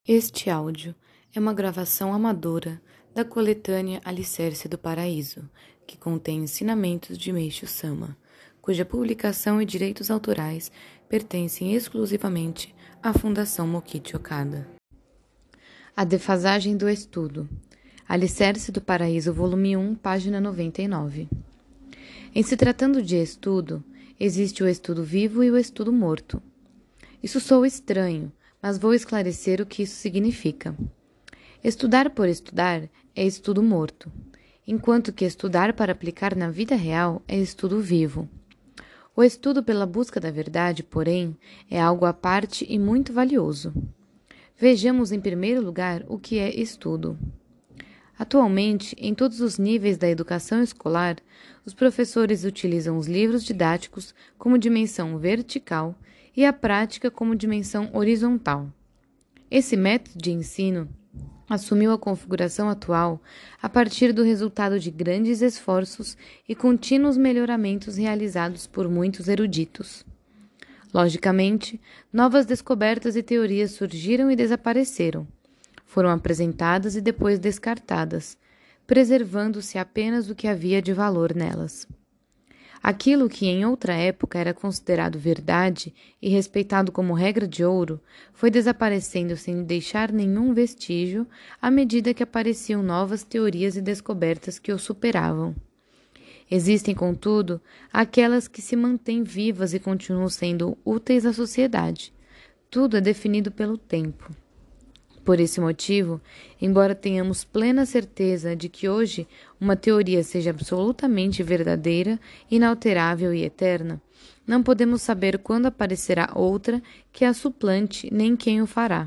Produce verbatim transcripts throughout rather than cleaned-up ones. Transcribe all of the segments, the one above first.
Este áudio é uma gravação amadora da coletânea Alicerce do Paraíso, que contém ensinamentos de Meishu Sama, cuja publicação e direitos autorais pertencem exclusivamente à Fundação Mokichi Okada. A defasagem do estudo. Alicerce do Paraíso, volume um, página noventa e nove. Em se tratando de estudo, existe o estudo vivo e o estudo morto. Isso soa estranho, mas vou esclarecer o que isso significa. Estudar por estudar é estudo morto, enquanto que estudar para aplicar na vida real é estudo vivo. O estudo pela busca da verdade, porém, é algo à parte e muito valioso. Vejamos em primeiro lugar o que é estudo. Atualmente, em todos os níveis da educação escolar, os professores utilizam os livros didáticos como dimensão vertical e a prática como dimensão horizontal. Esse método de ensino assumiu a configuração atual a partir do resultado de grandes esforços e contínuos melhoramentos realizados por muitos eruditos. Logicamente, novas descobertas e teorias surgiram e desapareceram. Foram apresentadas e depois descartadas, preservando-se apenas o que havia de valor nelas. Aquilo que em outra época era considerado verdade e respeitado como regra de ouro, foi desaparecendo sem deixar nenhum vestígio à medida que apareciam novas teorias e descobertas que o superavam. Existem, contudo, aquelas que se mantêm vivas e continuam sendo úteis à sociedade. Tudo é definido pelo tempo. Por esse motivo, embora tenhamos plena certeza de que hoje uma teoria seja absolutamente verdadeira, inalterável e eterna, não podemos saber quando aparecerá outra que a suplante nem quem o fará.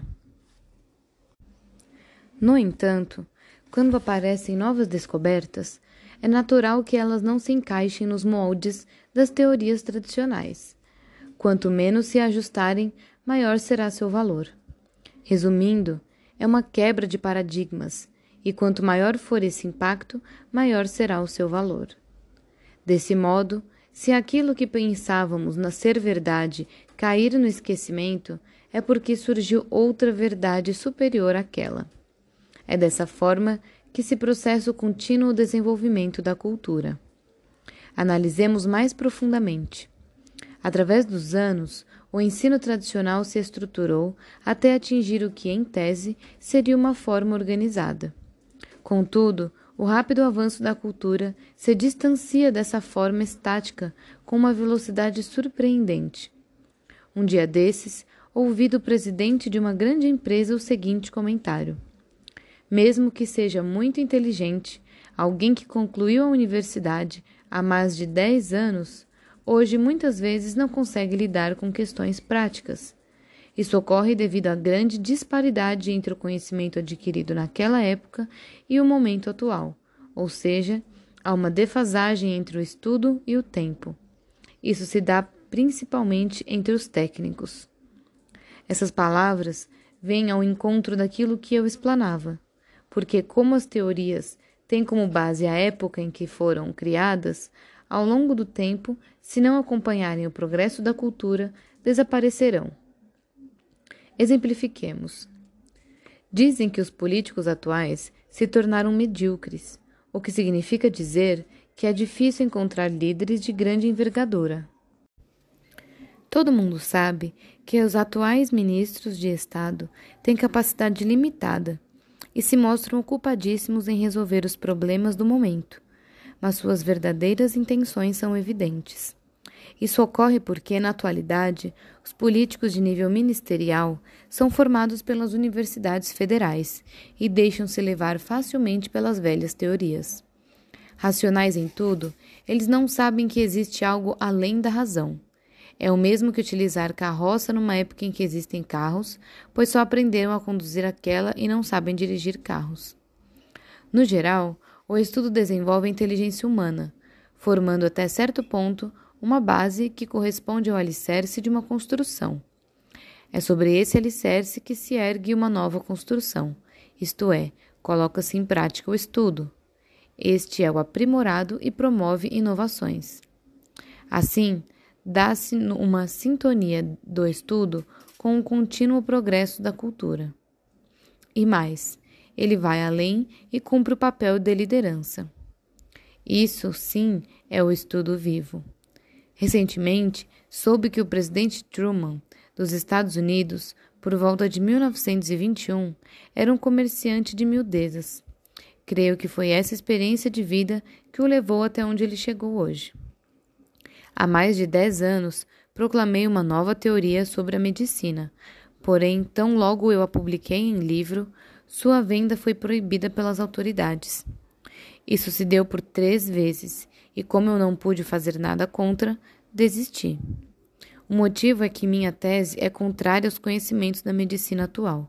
No entanto, quando aparecem novas descobertas, é natural que elas não se encaixem nos moldes das teorias tradicionais. Quanto menos se ajustarem, maior será seu valor. Resumindo, é uma quebra de paradigmas, e quanto maior for esse impacto, maior será o seu valor. Desse modo, se aquilo que pensávamos na ser verdade cair no esquecimento, é porque surgiu outra verdade superior àquela. É dessa forma que se processa o contínuo desenvolvimento da cultura. Analisemos mais profundamente. Através dos anos, o ensino tradicional se estruturou até atingir o que, em tese, seria uma forma organizada. Contudo, o rápido avanço da cultura se distancia dessa forma estática com uma velocidade surpreendente. Um dia desses, ouvi do presidente de uma grande empresa o seguinte comentário: mesmo que seja muito inteligente, alguém que concluiu a universidade há mais de dez anos, hoje muitas vezes não consegue lidar com questões práticas. Isso ocorre devido à grande disparidade entre o conhecimento adquirido naquela época e o momento atual, ou seja, há uma defasagem entre o estudo e o tempo. Isso se dá principalmente entre os técnicos. Essas palavras vêm ao encontro daquilo que eu explanava, porque como as teorias têm como base a época em que foram criadas, ao longo do tempo, se não acompanharem o progresso da cultura, desaparecerão. Exemplifiquemos. Dizem que os políticos atuais se tornaram medíocres, o que significa dizer que é difícil encontrar líderes de grande envergadura. Todo mundo sabe que os atuais ministros de Estado têm capacidade limitada e se mostram ocupadíssimos em resolver os problemas do momento, mas suas verdadeiras intenções são evidentes. Isso ocorre porque, na atualidade, os políticos de nível ministerial são formados pelas universidades federais e deixam-se levar facilmente pelas velhas teorias. Racionais em tudo, eles não sabem que existe algo além da razão. É o mesmo que utilizar carroça numa época em que existem carros, pois só aprenderam a conduzir aquela e não sabem dirigir carros. No geral, o estudo desenvolve a inteligência humana, formando até certo ponto uma base que corresponde ao alicerce de uma construção. É sobre esse alicerce que se ergue uma nova construção, isto é, coloca-se em prática o estudo. Este é o aprimorado e promove inovações. Assim, dá-se uma sintonia do estudo com o contínuo progresso da cultura. E mais, ele vai além e cumpre o papel de liderança. Isso, sim, é o estudo vivo. Recentemente, soube que o presidente Truman, dos Estados Unidos, por volta de mil novecentos e vinte e um, era um comerciante de miudezas. Creio que foi essa experiência de vida que o levou até onde ele chegou hoje. Há mais de dez anos, proclamei uma nova teoria sobre a medicina, porém, tão logo eu a publiquei em livro, sua venda foi proibida pelas autoridades. Isso se deu por três vezes, e como eu não pude fazer nada contra, desisti. O motivo é que minha tese é contrária aos conhecimentos da medicina atual.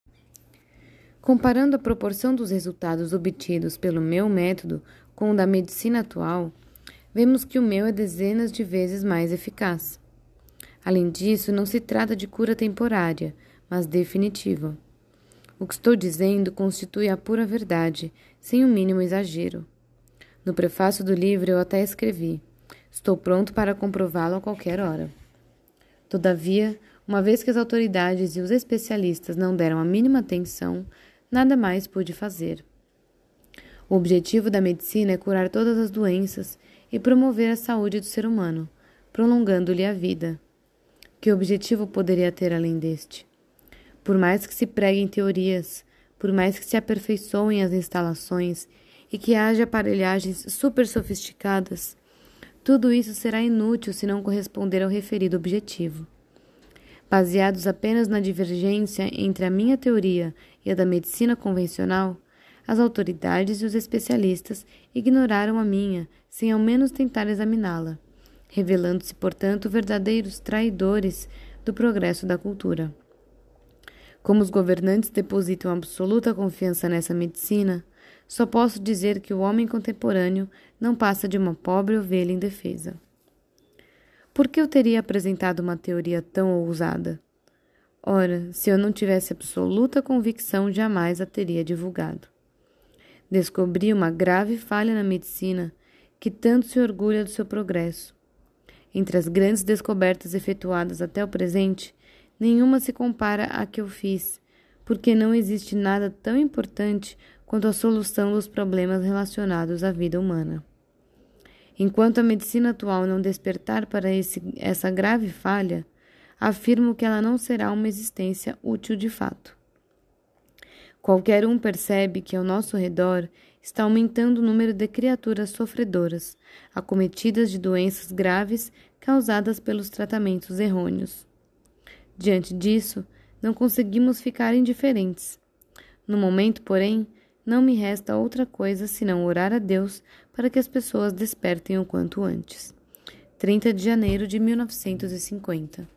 Comparando a proporção dos resultados obtidos pelo meu método com o da medicina atual, vemos que o meu é dezenas de vezes mais eficaz. Além disso, não se trata de cura temporária, mas definitiva. O que estou dizendo constitui a pura verdade, sem o mínimo exagero. No prefácio do livro eu até escrevi: estou pronto para comprová-lo a qualquer hora. Todavia, uma vez que as autoridades e os especialistas não deram a mínima atenção, nada mais pude fazer. O objetivo da medicina é curar todas as doenças e promover a saúde do ser humano, prolongando-lhe a vida. Que objetivo poderia ter além deste? Por mais que se preguem teorias, por mais que se aperfeiçoem as instalações e que haja aparelhagens super sofisticadas, tudo isso será inútil se não corresponder ao referido objetivo. Baseados apenas na divergência entre a minha teoria e a da medicina convencional, as autoridades e os especialistas ignoraram a minha sem ao menos tentar examiná-la, revelando-se, portanto, verdadeiros traidores do progresso da cultura. Como os governantes depositam absoluta confiança nessa medicina, só posso dizer que o homem contemporâneo não passa de uma pobre ovelha indefesa. Por que eu teria apresentado uma teoria tão ousada? Ora, se eu não tivesse absoluta convicção, jamais a teria divulgado. Descobri uma grave falha na medicina que tanto se orgulha do seu progresso. Entre as grandes descobertas efetuadas até o presente, nenhuma se compara à que eu fiz, porque não existe nada tão importante quanto a solução dos problemas relacionados à vida humana. Enquanto a medicina atual não despertar para esse, essa grave falha, afirmo que ela não será uma existência útil de fato. Qualquer um percebe que ao nosso redor está aumentando o número de criaturas sofredoras, acometidas de doenças graves causadas pelos tratamentos errôneos. Diante disso, não conseguimos ficar indiferentes. No momento, porém, não me resta outra coisa senão orar a Deus para que as pessoas despertem o quanto antes. trinta de janeiro de mil novecentos e cinquenta.